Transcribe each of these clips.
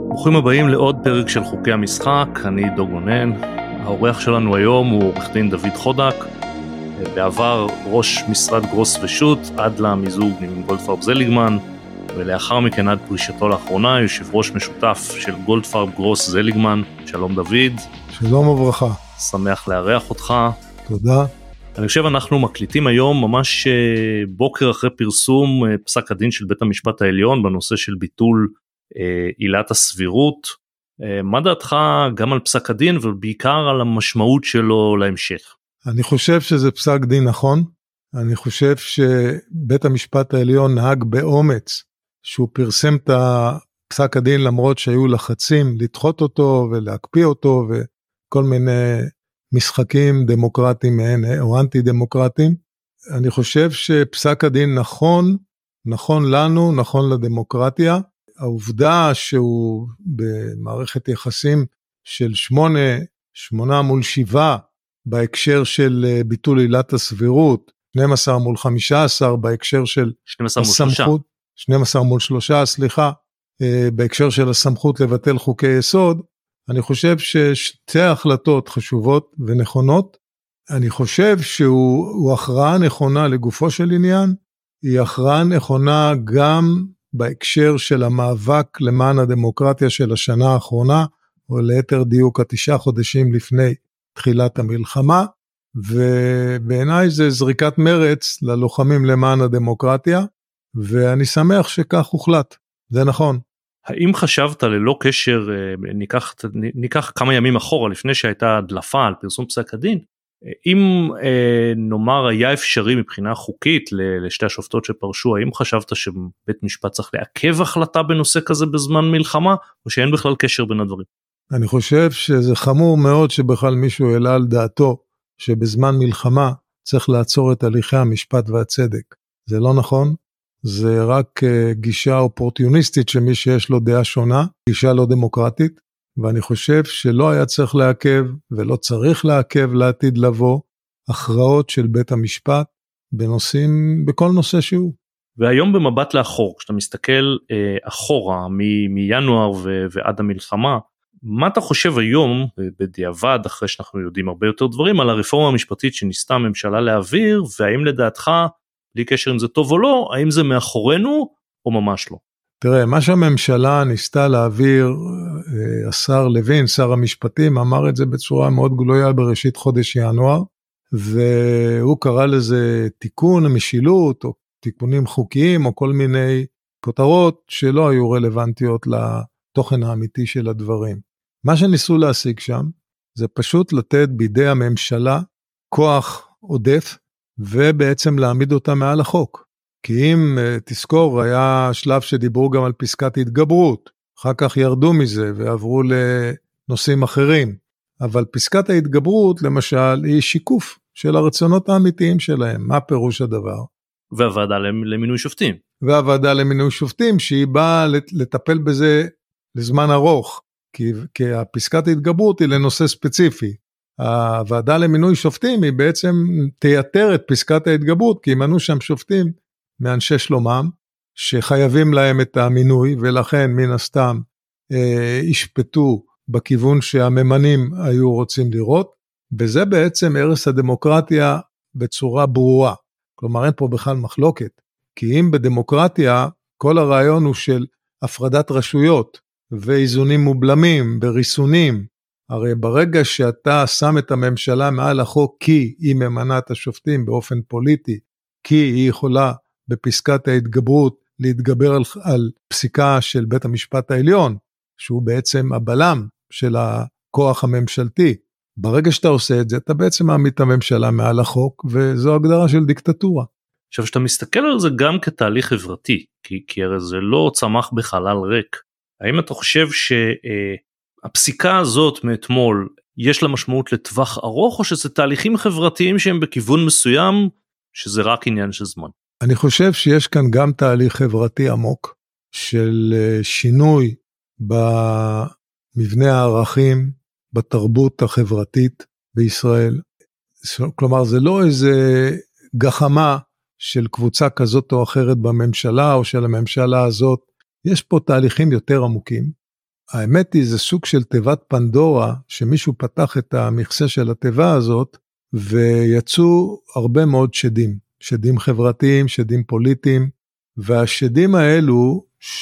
ברוכים הבאים לעוד פרק של חוקי המשחק, אני דוג גונן. האורח שלנו היום הוא עורך דין דוד חודק, בעבר ראש משרד גרוס ושות עד למיזוג עם גולדפרב זליגמן, ולאחר מכן עד פרישתו לאחרונה יושב ראש משותף של גולדפרב גרוס זליגמן. שלום דוד. שלום וברכה. שמח לארח אותך. תודה. אני חושב אנחנו מקליטים היום ממש בוקר אחרי פרסום פסק הדין של בית המשפט העליון בנושא של ביטול עילת הסבירות. מה דעתך גם על פסק הדין ובעיקר על המשמעות שלו להמשך? אני חושב שזה פסק דין נכון. אני חושב שבית המשפט העליון נהג באומץ שהוא פרסם את פסק הדין למרות שהיו לחצים לדחות אותו ולהקפיא אותו וכל מיני משחקים דמוקרטיים או אנטי דמוקרטיים. אני חושב שפסק הדין נכון לנו, נכון לדמוקרטיה. העובדה שהוא במערכת יחסים של 8 מול 7 בהקשר של ביטול עילת הסבירות, 12 מול 15 בהקשר של 12 מול 3, בהקשר של הסמכות לבטל חוקי יסוד. אני חושב ששתי ההחלטות חשובות ונכונות. אני חושב שהוא הכרעה נכונה לגופו של עניין, היא הכרעה נכונה גם בהקשר של המאבק למען הדמוקרטיה של השנה האחרונה, או ליתר דיוק 9 חודשים לפני תחילת המלחמה, ובעיניי זה זריקת מרץ ללוחמים למען הדמוקרטיה, ואני שמח שכך הוחלט, זה נכון. האם חשבת ללא קשר, ניקח כמה ימים אחורה לפני שהייתה הדלפה על פרסום פסק הדין, אם נאמר היה אפשרי מבחינה חוקית לשתי השופטות שפרשו, האם חשבת שבית משפט צריך לעכב החלטה בנושא כזה בזמן מלחמה, או שאין בכלל קשר בין הדברים? אני חושב שזה חמור מאוד שבכלל מישהו העלה על דעתו שבזמן מלחמה צריך לעצור את הליכי המשפט והצדק. זה לא נכון, זה רק גישה אופורטוניסטית שמי שיש לו דעה שונה, גישה לא דמוקרטית, ואני חושב שלא היה צריך לעכב ולא צריך לעכב לעתיד לבוא הכרעות של בית המשפט בכל נושא שהוא. והיום במבט לאחור, כשאתה מסתכל אחורה מינואר ועד המלחמה, מה אתה חושב היום בדיעבד אחרי שאנחנו יודעים הרבה יותר דברים על הרפורמה המשפטית שניסתה הממשלה להעביר, והאם לדעתך, בלי קשר אם זה טוב או לא, האם זה מאחורינו או ממש לא? תראה, מה שהממשלה ניסתה להעביר, השר לוין, שר המשפטים, אמר את זה בצורה מאוד גלויה בראשית חודש ינואר, והוא קרא לזה תיקון המשילות, או תיקונים חוקיים, או כל מיני כותרות שלא היו רלוונטיות לתוכן האמיתי של הדברים. מה שניסו להשיג שם, זה פשוט לתת בידי הממשלה כוח עודף, ובעצם להעמיד אותה מעל החוק. כי אם תזכור, היה שלב שדיברו גם על פסקת התגברות, אחר כך ירדו מזה ועברו לנושאים אחרים, אבל פסקת ההתגברות למשל היא שיקוף של הרצונות האמיתיים שלהם, מה פירוש הדבר? והוועדה למינוי שופטים. והוועדה למינוי שופטים שהיא באה לטפל בזה לזמן ארוך, כי הפסקת ההתגברות היא לנושא ספציפי, הוועדה למינוי שופטים היא בעצם תייתר את פסקת ההתגברות, כי ימנו שם שופטים מאנשי שלומם, שחייבים להם את המינוי, ולכן מן הסתם ישפטו בכיוון שהממנים היו רוצים לראות, וזה בעצם הרס הדמוקרטיה בצורה ברורה. כלומר אין פה בכלל מחלוקת, כי אם בדמוקרטיה כל הרעיון הוא של הפרדת רשויות, ואיזונים מובלמים, בריסונים, הרי ברגע שאתה שם את הממשלה מעל החוק, כי היא ממנה את השופטים באופן פוליטי, כי היא יכולה בפסקת ההתגברות להתגבר על פסיקה של בית המשפט העליון, שהוא בעצם הבלם של הכוח הממשלתי. ברגע שאתה עושה את זה, אתה בעצם מעמיד את הממשלה מעל החוק, וזו הגדרה של דיקטטורה. עכשיו, שאתה מסתכל על זה גם כתהליך חברתי, כי הרי זה לא צמח בחלל ריק. האם אתה חושב שהפסיקה הזאת מאתמול, יש לה משמעות לטווח ארוך, או שזה תהליכים חברתיים שהם בכיוון מסוים, שזה רק עניין של זמן? אני חושב שיש כאן גם תהליך חברתי עמוק, של שינוי במבנה הערכים, בתרבות החברתית בישראל. כלומר, זה לא איזה גחמה של קבוצה כזאת או אחרת בממשלה, או של הממשלה הזאת. יש פה תהליכים יותר עמוקים, האמת היא, זה סוג של תיבת פנדורה, שמישהו פתח את המכסה של התיבה הזאת, ויצאו הרבה מאוד שדים, שדים חברתיים, שדים פוליטיים, והשדים האלו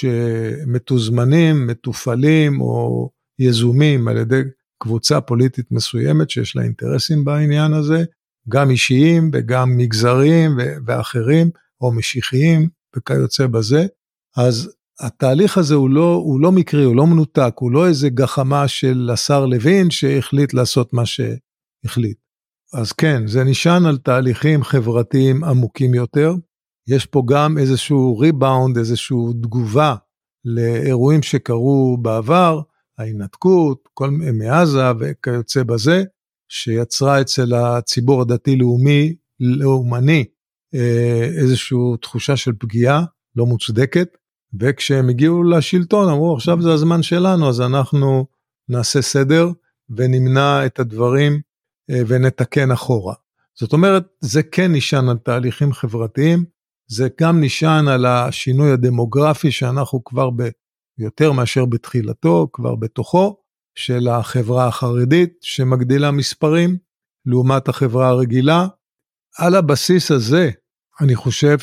שמתוזמנים, מתופעלים או יזומים על ידי קבוצה פוליטית מסוימת שיש לה אינטרסים בעניין הזה, גם אישיים וגם מגזריים ואחרים, או משיחיים וכיוצא בזה. אז התהליך הזה הוא לא מקרי, הוא לא מנותק, הוא לא איזה גחמה של השר לוין שהחליט לעשות מה שהחליט. אז כן, זה נשען על תהליכים חברתיים עמוקים יותר. יש פה גם איזשהו ריבאונד, איזשהו תגובה לאירועים שקרו בעבר, ההינתקות, כל מעזה וכיוצא בזה, שיצרה אצל הציבור הדתי-לאומי, לאומני, איזושהי תחושה של פגיעה לא מוצדקת, וכשהם הגיעו לשלטון, אמרו, עכשיו זה הזמן שלנו, אז אנחנו נעשה סדר, ונמנע את הדברים, ונתקן אחורה. זאת אומרת, זה כן נשען על תהליכים חברתיים, זה גם נשען על השינוי הדמוגרפי, שאנחנו כבר יותר מאשר בתחילתו, כבר בתוכו, של החברה החרדית, שמגדילה מספרים, לעומת החברה הרגילה. על הבסיס הזה, אני חושב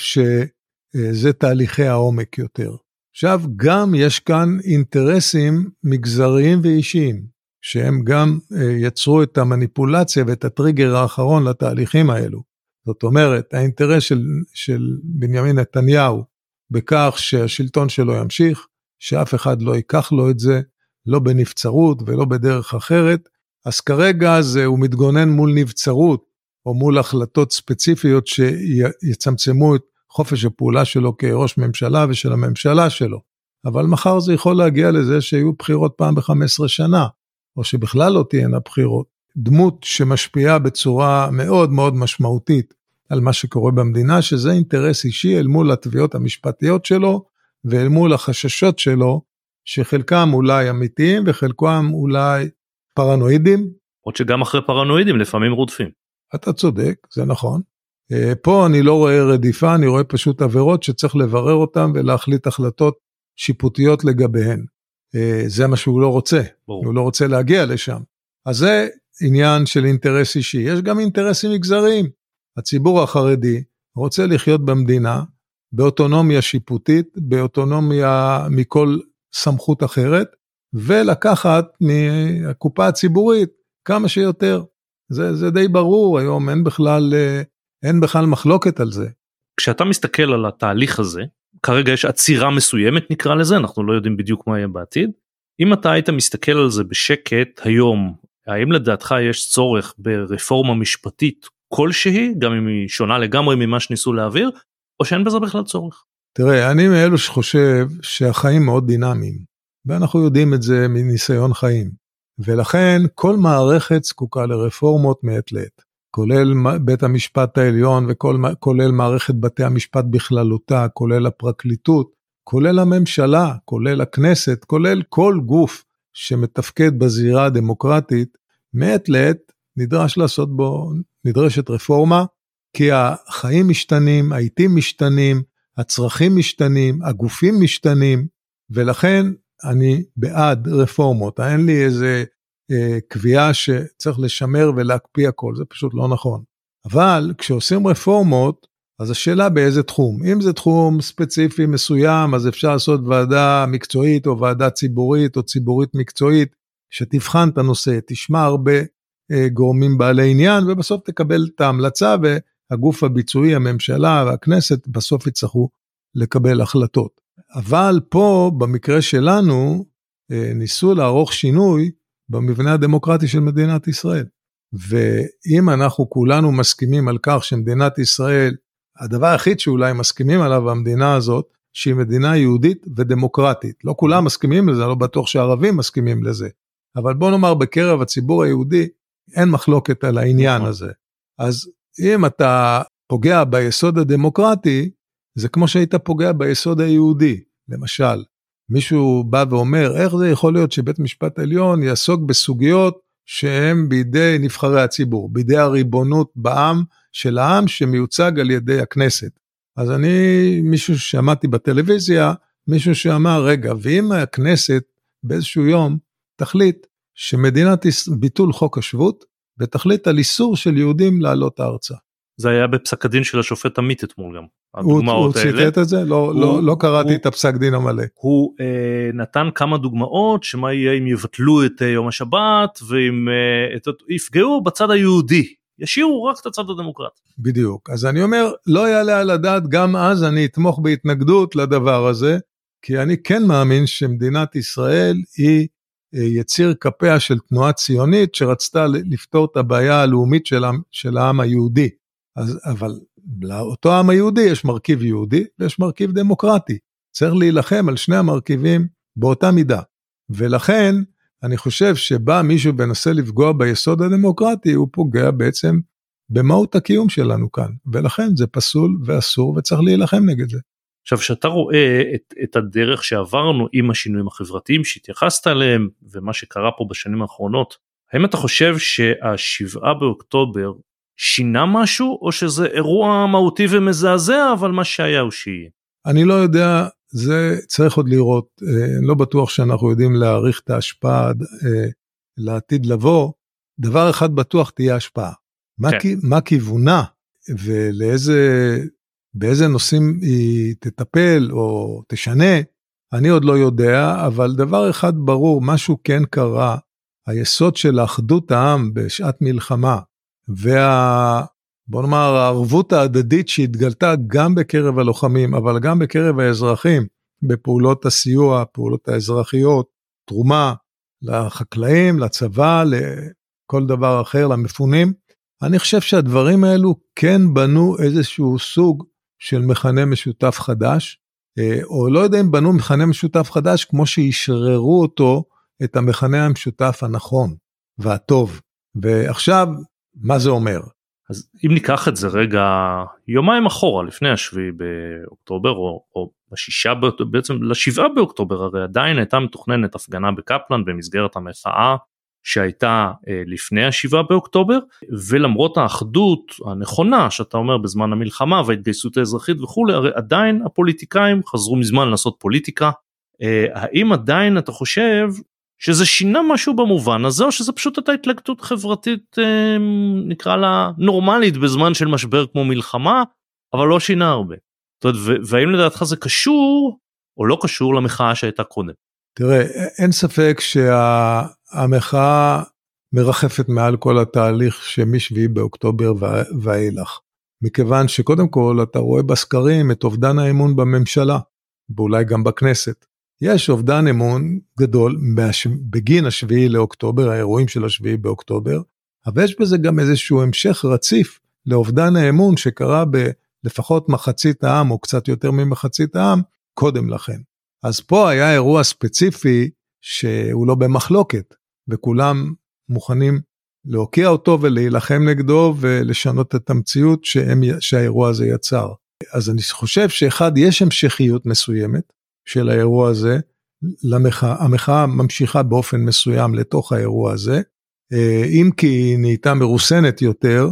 שזה תהליכי העומק יותר. עכשיו, גם יש כאן אינטרסים מגזריים ואישיים, שהם גם יצרו את המניפולציה ואת הטריגר האחרון לתהליכים האלו. זאת אומרת, האינטרס של בנימין נתניהו, בכך שהשלטון שלו ימשיך, שאף אחד לא ייקח לו את זה, לא בנבצרות ולא בדרך אחרת, אז כרגע הוא מתגונן מול נבצרות, או מול החלטות ספציפיות שיצמצמו את חופש הפעולה שלו כראש ממשלה ושל הממשלה שלו. אבל מחר זה יכול להגיע לזה שיהיו בחירות פעם ב-15 שנה, או שבכלל לא תהיינה בחירות. דמות שמשפיעה בצורה מאוד מאוד משמעותית על מה שקורה במדינה, שזה אינטרס אישי אל מול התביעות המשפטיות שלו, ואל מול החששות שלו, שחלקם אולי אמיתיים, וחלקם אולי פרנואידים. עוד שגם אחרי פרנואידים לפעמים רודפים. אתה צודק, זה נכון. פה אני לא רואה רדיפה, אני רואה פשוט עבירות שצריך לברר אותן, ולהחליט החלטות שיפוטיות לגביהן. זה מה שהוא לא רוצה, ברור. הוא לא רוצה להגיע לשם. אז זה עניין של אינטרס אישי. יש גם אינטרסים מגזריים. הציבור החרדי רוצה לחיות במדינה, באוטונומיה שיפוטית, באוטונומיה מכל סמכות אחרת, ולקחת מהקופה הציבורית כמה שיותר. זה די ברור, היום אין בכלל מחלוקת על זה. כשאתה מסתכל על התהליך הזה, כרגע יש עצירה מסוימת נקרא לזה, אנחנו לא יודעים בדיוק מה יהיה בעתיד, אם אתה היית מסתכל על זה בשקט היום, האם לדעתך יש צורך ברפורמה משפטית כלשהי, גם אם היא שונה לגמרי ממה שניסו להעביר, או שאין בזה בכלל צורך? תראה, אני מאלו שחושב שהחיים מאוד דינמיים, ואנחנו יודעים את זה מניסיון חיים, ולכן כל מערכת זקוקה לרפורמות מעת לעת, כולל בית המשפט העליון, וכולל מערכת בתי המשפט בכללותה, כולל הפרקליטות, כולל הממשלה, כולל הכנסת, כולל כל גוף שמתפקד בזירה הדמוקרטית, מעת לעת נדרשת רפורמה, כי החיים משתנים, העיתים משתנים, הצרכים משתנים, הגופים משתנים, ולכן אני בעד רפורמות. אין לי איזה קביעה שצריך לשמר ולהקפיא הכל, זה פשוט לא נכון. אבל כשעושים רפורמות, אז השאלה באיזה תחום. אם זה תחום ספציפי מסוים, אז אפשר לעשות ועדה מקצועית, או ועדה ציבורית, או ציבורית מקצועית, שתבחן את הנושא, תשמע הרבה גורמים בעלי עניין, ובסוף תקבל את ההמלצה, והגוף הביצועי, הממשלה והכנסת, בסוף יצטרכו לקבל החלטות. אבל פה, במקרה שלנו, ניסו לערוך שינוי, במבנה הדמוקרטי של מדינת ישראל. ואם אנחנו כולנו מסכימים על כך שמדינת ישראל, הדבר היחיד שאולי מסכימים עליו במדינה הזאת, שהיא מדינה יהודית ודמוקרטית. לא כולם מסכימים לזה, לא בטוח שהערבים מסכימים לזה. אבל בוא נאמר, בקרב הציבור היהודי, אין מחלוקת על העניין הזה. אז אם אתה פוגע ביסוד הדמוקרטי, זה כמו שהיית פוגע ביסוד היהודי. למשל, מישהו בא ואומר, איך זה יכול להיות שבית משפט עליון יעסוק בסוגיות שהם בידי נבחרי הציבור, בידי הריבונות בעם של העם שמיוצג על ידי הכנסת. אז מישהו ששמעתי בטלוויזיה, מישהו שאמר, רגע, ואם הכנסת באיזשהו יום תחליט ביטול חוק השבות, ותחליט על איסור של יהודים לעלות הארצה. זה היה בפסק הדין של השופט עמית אתמול גם. הוא ציטט את זה? לא קראתי את הפסק דין המלא. הוא נתן כמה דוגמאות, שמה יהיה אם יבטלו את יום השבת, ואם יפגעו בצד היהודי, ישירו רק את הצד הדמוקרטי. בדיוק, אז אני אומר, לא יעלה על הדעת, גם אז אני אתמוך בהתנגדות לדבר הזה, כי אני כן מאמין שמדינת ישראל היא יציר כפיה של תנועה ציונית, שרצתה לפתור את הבעיה הלאומית של העם היהודי. אבל לאותו העם היהודי יש מרכיב יהודי, ויש מרכיב דמוקרטי. צריך להילחם על שני המרכיבים באותה מידה. ולכן אני חושב שבא מישהו בנסה לפגוע ביסוד הדמוקרטי, הוא פוגע בעצם במהות הקיום שלנו כאן. ולכן זה פסול ואסור, וצריך להילחם נגד זה. עכשיו, שאתה רואה את הדרך שעברנו עם השינויים החברתיים שהתייחסת עליהם, ומה שקרה פה בשנים האחרונות, האם אתה חושב שה7 באוקטובר שינה משהו, או שזה אירוע מהותי ומזעזע, אבל מה שהיה הוא שיהיה? אני לא יודע, זה צריך עוד לראות, אני לא בטוח שאנחנו יודעים להעריך את ההשפעה לעתיד לבוא, דבר אחד בטוח תהיה השפעה. מה כיוונה, באיזה נושאים היא תטפל או תשנה, אני עוד לא יודע, אבל דבר אחד ברור, משהו כן קרה, היסוד של האחדות העם בשעת מלחמה, בוא נאמר, הערבות ההדדית שהתגלתה גם בקרב הלוחמים, אבל גם בקרב האזרחים, בפעולות הסיוע, פעולות האזרחיות, תרומה לחקלאים, לצבא, לכל דבר אחר, למפונים, אני חושב שהדברים האלו כן בנו איזשהו סוג של מכנה משותף חדש, או לא יודע אם בנו מכנה משותף חדש, כמו שישררו אותו, את המכנה המשותף הנכון והטוב. ועכשיו, מה זה אומר? אז אם ניקח את זה רגע, יומיים אחורה, לפני השביעי באוקטובר, או בעצם ל7 באוקטובר, הרי עדיין הייתה מתוכננת הפגנה בקפלן, במסגרת המחאה, שהייתה לפני ה7 באוקטובר, ולמרות האחדות הנכונה, שאתה אומר בזמן המלחמה, וההתגייסות האזרחית וכו', הרי עדיין הפוליטיקאים חזרו מזמן לעשות פוליטיקה, האם עדיין אתה חושב שזה שינה משהו במובן הזה, או שזה פשוט הייתה התלקטות חברתית, נקרא לה נורמלית, בזמן של משבר כמו מלחמה, אבל לא שינה הרבה. והאם לדעתך זה קשור, או לא קשור למחאה שהייתה קודם? תראה, אין ספק שהמחאה מרחפת מעל כל התהליך שמ7 באוקטובר ואילך. מכיוון שקודם כל אתה רואה בסקרים את אובדן האמון בממשלה, ואולי גם בכנסת. יש אובדן אמון גדול בגין ה7 לאוקטובר, האירועים של ה7 באוקטובר, אבל יש בזה גם איזשהו המשך רציף לאובדן האמון שקרה לפחות מחצית העם, או קצת יותר ממחצית העם, קודם לכן. אז פה היה אירוע ספציפי שהוא לא במחלוקת, וכולם מוכנים להוקיע אותו ולהילחם נגדו, ולשנות את המציאות שהאירוע הזה יצר. אז אני חושב שאחד, יש המשכיות מסוימת של האירוע הזה, המחאה ממשיכה באופן מסוים לתוך האירוע הזה, אם כי היא נהייתה מרוסנת יותר,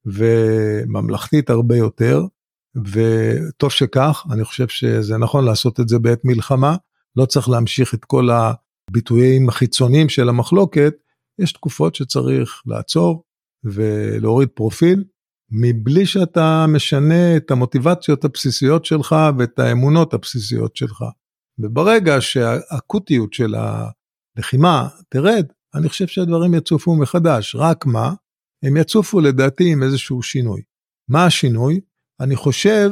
וממלכתית הרבה יותר, וטוב שכך, אני חושב שזה נכון לעשות את זה בעת מלחמה, לא צריך להמשיך את כל הביטויים החיצוניים של המחלוקת, יש תקופות שצריך לעצור ולהוריד פרופיל, מבלי שאתה משנה את המוטיבציות הבסיסיות שלך ואת האמונות הבסיסיות שלך. וברגע שהאקוטיות של הלחימה תרד, אני חושב שהדברים יצופו מחדש, רק מה? הם יצופו לדעתי עם איזשהו שינוי. מה השינוי? אני חושב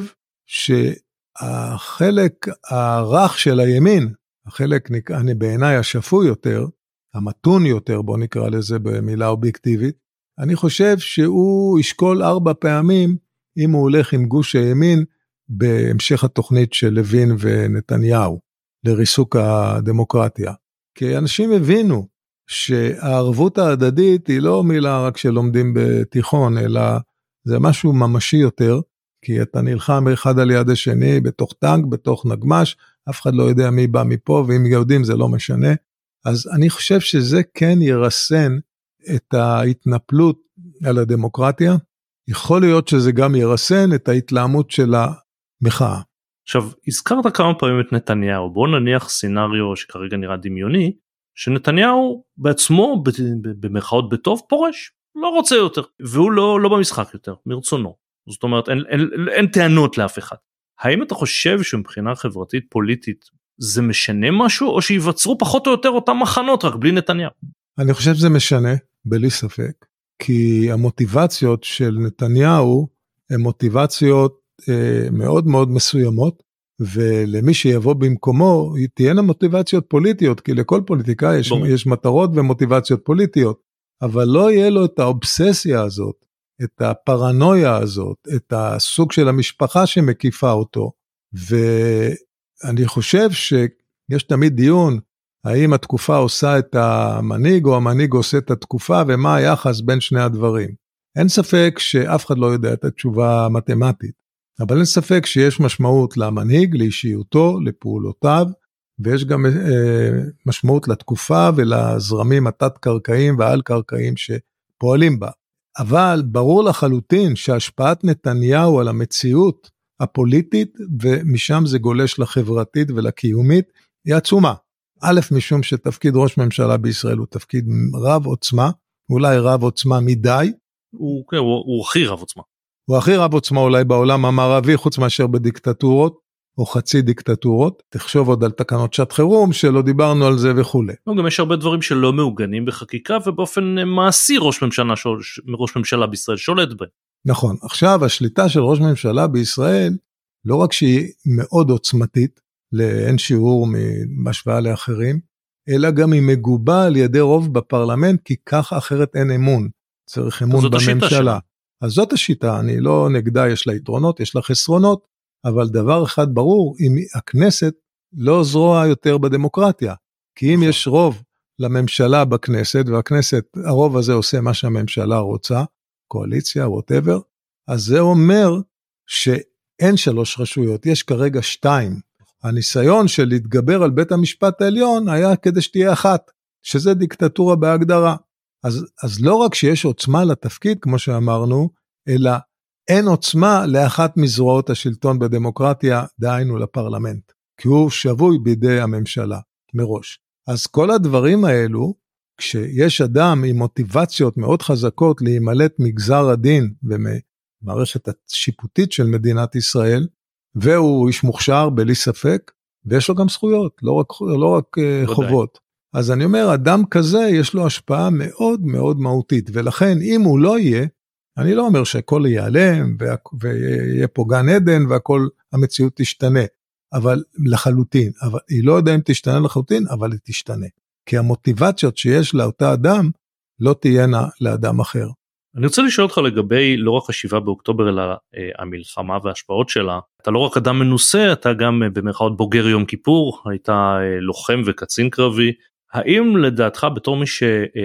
שהחלק הרך של הימין, החלק בעיניי השפוי יותר, המתון יותר, בוא נקרא לזה במילה אובייקטיבית, אני חושב שהוא ישקול 4 פעמים, אם הוא הולך עם גוש הימין, בהמשך התוכנית של לוין ונתניהו, לריסוק הדמוקרטיה. כי אנשים הבינו שהערבות ההדדית היא לא מילה רק שלומדים בתיכון, אלא זה משהו ממשי יותר, כי אתה נלחם אחד על יד השני, בתוך טנק, בתוך נגמש, אף אחד לא יודע מי בא מפה, ואם יודעים זה לא משנה. אז אני חושב שזה כן ירסן את ההתנפלות על הדמוקרטיה, יכול להיות שזה גם ירסן את ההתלהמות של המחאה. עכשיו, הזכרת כמה פעמים את נתניהו, בוא נניח סינריו שכרגע נראה דמיוני, שנתניהו בעצמו, במרכאות בטוב, פורש, לא רוצה יותר, והוא לא במשחק יותר, מרצונו. זאת אומרת, אין טענות לאף אחד. האם אתה חושב שמבחינה חברתית פוליטית זה משנה משהו, או שיווצרו פחות או יותר אותם מחנות, רק בלי נתניהו? אני חושב שזה משנה, בלי ספק, כי המוטיבציות של נתניהו, הן מוטיבציות מאוד מאוד מסוימות, ולמי שיבוא במקומו, תהיינה מוטיבציות פוליטיות, כי לכל פוליטיקאי יש מטרות ומוטיבציות פוליטיות, אבל לא יהיה לו את האובססיה הזאת, את הפרנויה הזאת, את הסוג של המשפחה שמקיפה אותו, ואני חושב שיש תמיד דיון, האם התקופה עושה את המנהיג, או המנהיג עושה את התקופה, ומה היחס בין שני הדברים. אין ספק שאף אחד לא יודע את התשובה המתמטית, אבל אין ספק שיש משמעות למנהיג, לאישיותו, לפעולותיו, ויש גם משמעות לתקופה ולזרמים התת-קרקעיים והעל-קרקעיים שפועלים בה. אבל ברור לחלוטין שהשפעת נתניהו על המציאות הפוליטית, ומשם זה גולש לחברתית ולקיומית, היא עצומה. א', משום שתפקיד ראש ממשלה בישראל הוא תפקיד רב עוצמה, אולי רב עוצמה מדי. הוא הכי רב עוצמה. הוא הכי רב עוצמה אולי בעולם המערבי, חוץ מאשר בדיקטטורות, או חצי דיקטטורות. תחשוב עוד על תקנות שעת חירום, שלא דיברנו על זה וכו'. גם יש הרבה דברים שלא מעוגנים בחקיקה, ובאופן מעשי ראש ממשלה בישראל שולט בהם. נכון. עכשיו, השליטה של ראש ממשלה בישראל, לא רק שהיא מאוד עוצמתית, לאין שיעור בהשוואה לאחרים, אלא גם היא מגובה על ידי רוב בפרלמנט, כי ככה אחרת אין אמון. צריך אמון בממשלה. אז זאת השיטה, אני לא נגדה, יש לה יתרונות, יש לה חסרונות, אבל דבר אחד ברור, אם הכנסת לא זרוע יותר בדמוקרטיה, כי אם יש רוב לממשלה בכנסת, והכנסת, הרוב הזה עושה מה שהממשלה רוצה, קואליציה, whatever, אז זה אומר שאין 3 רשויות, יש כרגע 2. הניסיון של להתגבר על בית המשפט העליון היה כדי שתהיה 1, שזה דיקטטורה בהגדרה. אז לא רק שיש עוצמה לתפקיד, כמו שאמרנו, אלא אין עוצמה לאחת מזרועות השלטון בדמוקרטיה, דהיינו לפרלמנט, כי הוא שבוי בידי הממשלה מראש. אז כל הדברים האלו, כשיש אדם עם מוטיבציות מאוד חזקות להימלט מגזר הדין ומערכת השיפוטית של מדינת ישראל, והוא איש מוכשר בלי ספק, ויש לו גם זכויות, לא רק חובות. אז אני אומר, אדם כזה יש לו השפעה מאוד מאוד מהותית, ולכן אם הוא לא יהיה, אני לא אומר שהכל ייעלם, ויהיה פה גן עדן, והכל המציאות תשתנה, אבל לחלוטין, אבל היא לא יודע אם תשתנה לחלוטין, אבל היא תשתנה, כי המוטיבציות שיש לאותה אדם, לא תהיינה לאדם אחר. אני רוצה לשאול אותך לגבי לא רק 7 באוקטובר, אלא המלחמה וההשפעות שלה. אתה לא רק אדם מנוסה, אתה גם במרכאות בוגר יום כיפור, היית לוחם וקצין קרבי. האם לדעתך בתור מי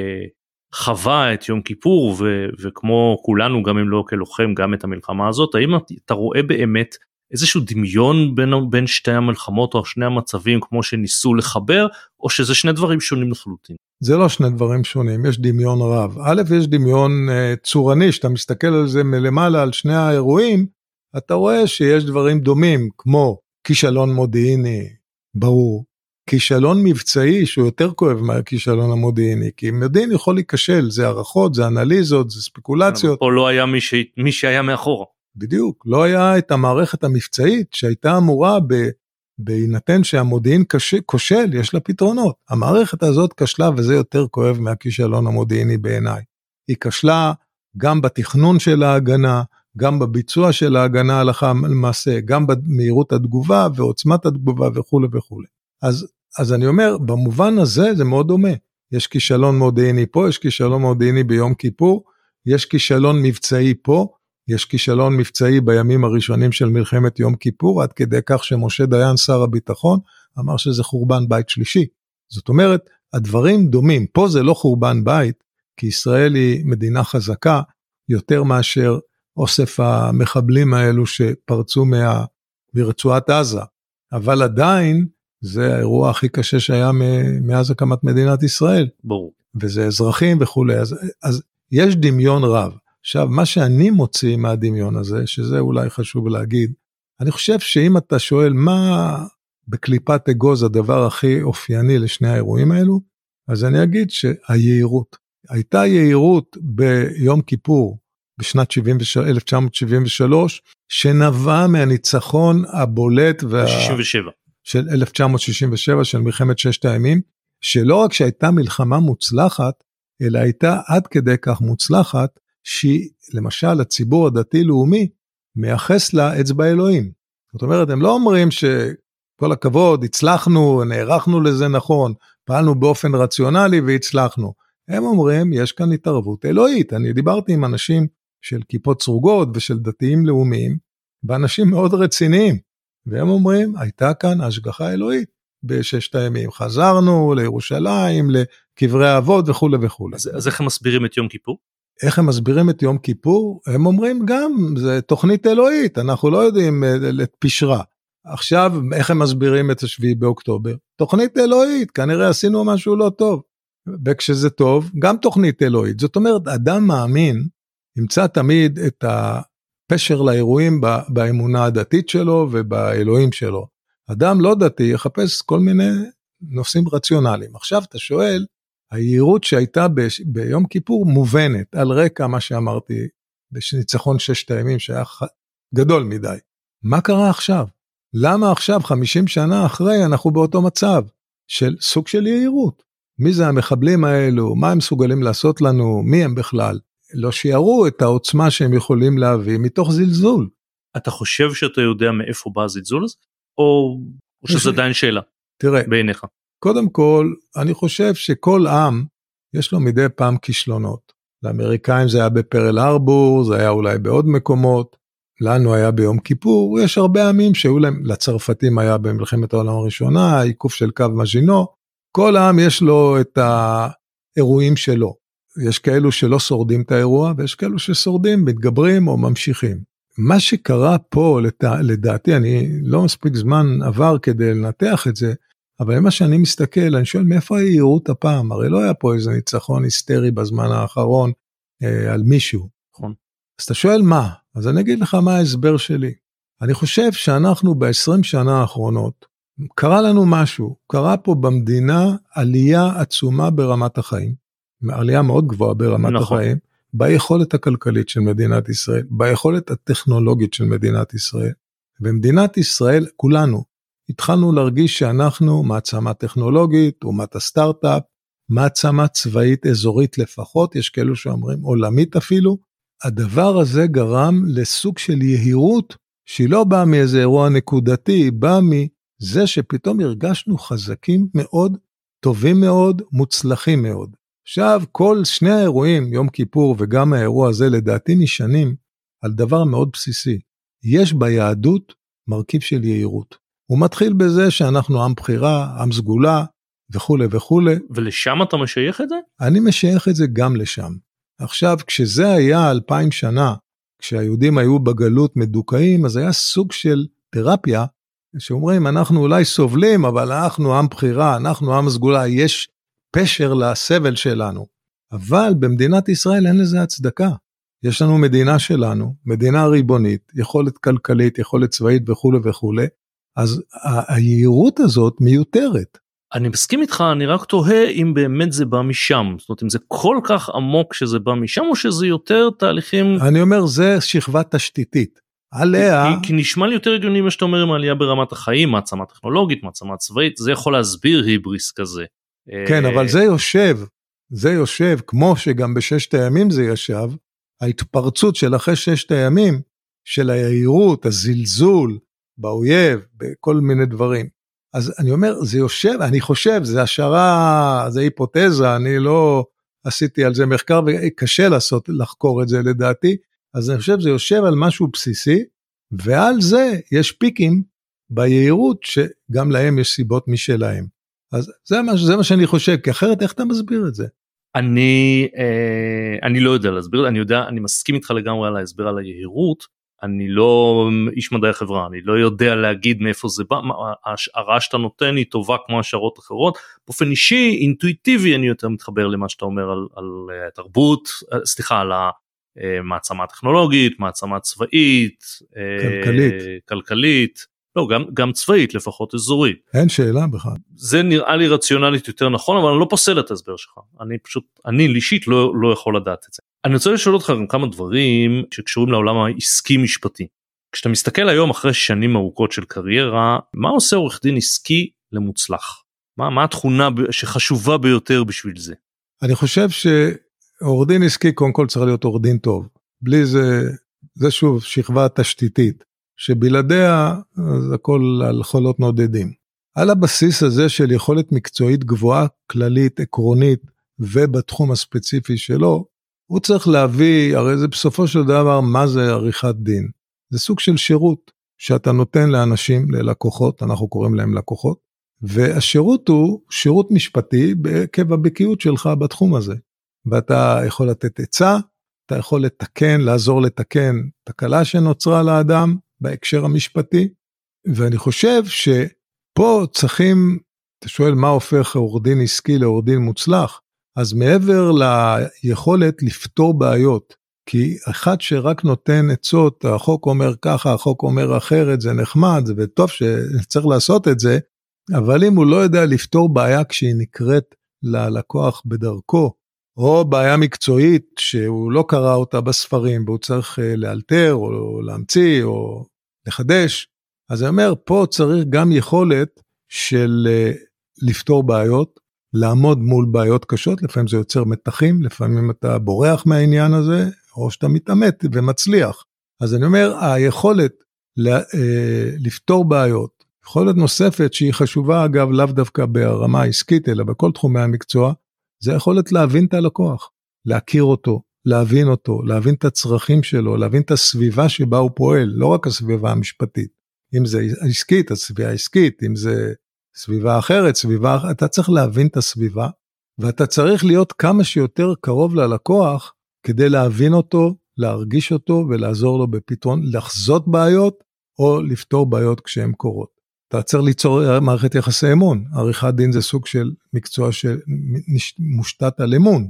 שחווה את יום כיפור, וכמו כולנו, גם אם לא כלוחם, גם את המלחמה הזאת, האם אתה רואה באמת איזשהו דמיון בין שתי המלחמות או שני המצבים כמו שניסו לחבר, או שזה שני דברים שונים לחלוטין? זה לא שני דברים שונים, יש דמיון רב. א', יש דמיון צורני, שאתה מסתכל על זה מלמעלה, על שני האירועים, אתה רואה שיש דברים דומים, כמו כישלון מודיעיני, ברור, כישלון מבצעי שהוא יותר כואב מהכישלון המודיעיני, כי מודיעין יכול להיכשל, זה הערכות, זה אנליזות, זה ספקולציות. פה לא היה מי שהיה מאחורה. בדיוק, לא היה את המערכת המבצעית שהייתה אמורה בהינתן שהמודיעין כושל, יש לה פתרונות. המערכת הזאת כשלה וזה יותר כואב מהכישלון המודיעיני בעיניי. היא כשלה גם בתכנון של ההגנה, גם בביצוע של ההגנה הלכה למעשה, גם במהירות התגובה ועוצמת התגובה וכו' וכו'. אז אני אומר, במובן הזה זה מאוד דומה. יש כישלון מודיעיני פה, יש כישלון מודיעיני ביום כיפור, יש כישלון מבצעי פה, יש כישלון מבצעי בימים הראשונים של מלחמת יום כיפור, עד כדי כך שמשה דיין שר הביטחון, אמר שזה חורבן בית שלישי. זאת אומרת, הדברים דומים. פה זה לא חורבן בית, כי ישראל היא מדינה חזקה, יותר מאשר אוסף המחבלים האלו שפרצו מרצועת עזה. אבל עדיין, זה האירוע הכי קשה שהיה מאז הקמת מדינת ישראל. ברור. וזה אזרחים וכו'. אז יש דמיון רב. עכשיו, מה שאני מוציא מהדמיון הזה, שזה אולי חשוב להגיד, אני חושב שאם אתה שואל מה בקליפת אגוז הדבר הכי אופייני לשני האירועים האלו, אז אני אגיד שהיהירות, הייתה יהירות ביום כיפור, בשנת 1973, שנבע מהניצחון הבולט של 1967, של מלחמת ששת הימים, שלא רק שהייתה מלחמה מוצלחת, אלא הייתה עד כדי כך מוצלחת, שהיא, למשל, הציבור הדתי-לאומי, מייחס לה אצבע אלוהים. זאת אומרת, הם לא אומרים שכל הכבוד, הצלחנו, נערכנו לזה נכון, פעלנו באופן רציונלי והצלחנו. הם אומרים, יש כאן התערבות אלוהית. אני דיברתי עם אנשים של כיפות סרוגות ושל דתיים לאומיים, ואנשים מאוד רציניים, והם אומרים, הייתה כאן השגחה אלוהית בששת הימים. חזרנו לירושלים, לקברי האבות וכו' וכו'. אז איך הם מסבירים את יום כיפור? איך הם מסבירים את יום כיפור? הם אומרים גם, זה תוכנית אלוהית, אנחנו לא יודעים את פשרה. עכשיו, איך הם מסבירים את השביעי באוקטובר? תוכנית אלוהית, כנראה עשינו משהו לא טוב. וכשזה טוב, גם תוכנית אלוהית. זאת אומרת, אדם מאמין, ימצא תמיד את הפשר לאירועים באמונה הדתית שלו ובאלוהים שלו. אדם לא דתי יחפש כל מיני נושאים רציונליים. עכשיו אתה שואל, היהירות שהייתה ביום כיפור מובנת, על רקע מה שאמרתי, בניצחון ששת הימים שהיה גדול מדי. מה קרה עכשיו? למה עכשיו, 50 שנה אחרי, אנחנו באותו מצב של סוג של יהירות? מי זה המחבלים האלו? מה הם מסוגלים לעשות לנו? מי הם בכלל? לא שיערו את העוצמה שהם יכולים להביא מתוך זלזול. אתה חושב שאתה יודע מאיפה בא הזלזול הזה? או שזה עדיין שאלה? תראה, בעיניך. קודם כל, אני חושב שכל עם, יש לו מדי פעם כישלונות. לאמריקאים זה היה בפרל הרבור, זה היה אולי בעוד מקומות, לנו היה ביום כיפור, יש הרבה עמים שהיו להם, לצרפתים היה במלחמת העולם הראשונה, העיקוף של קו מז'ינו, כל עם יש לו את האירועים שלו. יש כאלו שלא שורדים את האירוע, ויש כאלו ששורדים, מתגברים או ממשיכים. מה שקרה פה, לדעתי, אני לא מספיק זמן עבר כדי לנתח את זה, אבל למה שאני מסתכל, אני שואל מאיפה היהירות הפעם? הרי לא היה פה איזה ניצחון היסטרי בזמן האחרון על מישהו. נכון. אז אתה שואל מה? אז אני אגיד לך מה ההסבר שלי. אני חושב שאנחנו ב-20 שנה האחרונות, קרה לנו משהו, קרה פה במדינה עלייה עצומה ברמת החיים, עלייה מאוד גבוהה ברמת נכון. החיים, ביכולת הכלכלית של מדינת ישראל, ביכולת הטכנולוגית של מדינת ישראל, ומדינת ישראל, כולנו, התחלנו להרגיש שאנחנו מעצמה טכנולוגית, אומת הסטארט-אפ, מעצמה צבאית אזורית לפחות, יש כאלו שאומרים עולמית אפילו, הדבר הזה גרם לסוג של יהירות, שהיא לא באה מאיזה אירוע נקודתי, היא באה מזה שפתאום הרגשנו חזקים מאוד, טובים מאוד, מוצלחים מאוד. עכשיו, כל שני האירועים, יום כיפור וגם האירוע הזה, לדעתי נשענים על דבר מאוד בסיסי. יש ביהדות מרכיב של יהירות. הוא מתחיל בזה שאנחנו עם בחירה, עם סגולה, וכו' וכו'. ולשם אתה משייך את זה? אני משייך את זה גם לשם. עכשיו, כשזה היה 2000 שנה, כשהיהודים היו בגלות מדוכאים, אז היה סוג של תרפיה, שאומרים, אנחנו אולי סובלים, אבל אנחנו עם בחירה, אנחנו עם סגולה, יש פשר לסבל שלנו. אבל במדינת ישראל אין לזה הצדקה. יש לנו מדינה שלנו, מדינה ריבונית, יכולת כלכלית, יכולת צבאית וכו' וכו'. אז היהירות הזאת מיותרת. אני מסכים איתך, אני רק תוהה אם באמת זה בא משם, זאת אומרת אם זה כל כך עמוק שזה בא משם או שזה יותר תהליכים... אני אומר זה שכבה תשתיתית, עליה... כי נשמע לי יותר הגיוני מה שאתה אומר עם העלייה ברמת החיים, מעצמה טכנולוגית, מעצמה צבאית, זה יכול להסביר היבריס כזה. כן, אבל זה יושב, כמו שגם בששת הימים זה ישב, ההתפרצות של אחרי ששת הימים, של היהירות, הזלזול באויב, בכל מיני דברים. אז אני אומר, זה יושב, אני חושב, זה השערה, זה היפותזה, אני לא עשיתי על זה מחקר, וקשה לחקור את זה לדעתי, אז אני חושב, זה יושב על משהו בסיסי, ועל זה יש פיקים ביהירות, שגם להם יש סיבות משלהם. אז זה מה שאני חושב, כי אחרת איך אתה מסביר את זה? אני לא יודע להסביר, אני מסכים איתך לגמרי על ההסבר על היהירות, אני לא איש מדעי החברה, אני לא יודע להגיד מאיפה זה בא, ההשערה שאתה נותן היא טובה כמו השערות אחרות, באופן אישי, אינטואיטיבי, אני יותר מתחבר למה שאתה אומר על תרבות, סליחה, על המעצמה הטכנולוגית, מעצמה צבאית, כלכלית, לא, גם צבאית, לפחות אזורית. אין שאלה בכלל. זה נראה לי רציונלית יותר נכון, אבל אני לא פוסל את ההסבר שלך. אני אישית לא יכול לדעת את זה. אני רוצה לשאול אותך גם כמה דברים שקשורים לעולם העסקי משפטי. כשאתה מסתכל היום אחרי שנים ארוכות של קריירה, מה עושה עורך דין עסקי למוצלח? מה התכונה שחשובה ביותר בשביל זה? אני חושב שעורך דין עסקי קודם כל צריך להיות עורך דין טוב. בלי זה שוב שכבה תשתיתית, שבלעדיה אז הכל על חולות נודדים. על הבסיס הזה של יכולת מקצועית גבוהה, כללית, עקרונית, ובתחום הספציפי שלו, הוא צריך להביא, הרי זה בסופו של דבר, מה זה עריכת דין? זה סוג של שירות שאתה נותן לאנשים, ללקוחות, אנחנו קוראים להם לקוחות, והשירות הוא שירות משפטי בעקב הבקיאות שלך בתחום הזה. ואתה יכול לתת עצה, אתה יכול לתקן, לעזור לתקן תקלה שנוצרה לאדם בהקשר המשפטי, ואני חושב שפה צריכים, אתה שואל מה הופך עורך דין עסקי לעורך דין מוצלח, אז מעבר ליכולת לפתור בעיות, כי אחד שרק נותן עצות, החוק אומר ככה, החוק אומר אחרת, זה נחמד, זה טוב שצריך לעשות את זה, אבל אם הוא לא יודע לפתור בעיה כשהיא נקראת ללקוח בדרכו, או בעיה מקצועית שהוא לא קרא אותה בספרים, והוא צריך לאלתר או להמציא או לחדש, אז אני אומר, פה צריך גם יכולת של לפתור בעיות, לעמוד מול בעיות קשות, לפעמים זה יוצר מתחים, לפעמים אתה בורח מהעניין הזה, או שאתה מתאמת ומצליח. אז אני אומר, היכולת לפתור בעיות, יכולת נוספת שהיא חשובה אגב לאו דווקא ברמה העסקית, אלא בכל תחומי המקצוע, זה יכולת להבין את הלקוח, להכיר אותו, להבין אותו, להבין את הצרכים שלו, להבין את הסביבה שבה הוא פועל, לא רק הסביבה המשפטית. אם זה עסקית, הסביבה העסקית, אם זה סביבה אחרת, אתה צריך להבין את הסביבה, ואתה צריך להיות כמה שיותר קרוב ללקוח, כדי להבין אותו, להרגיש אותו, ולעזור לו בפתרון, לחזות בעיות, או לפתור בעיות כשהן קורות. אתה צריך ליצור מערכת יחסי אמון, עריכת דין זה סוג של מקצוע שמושתת על אמון,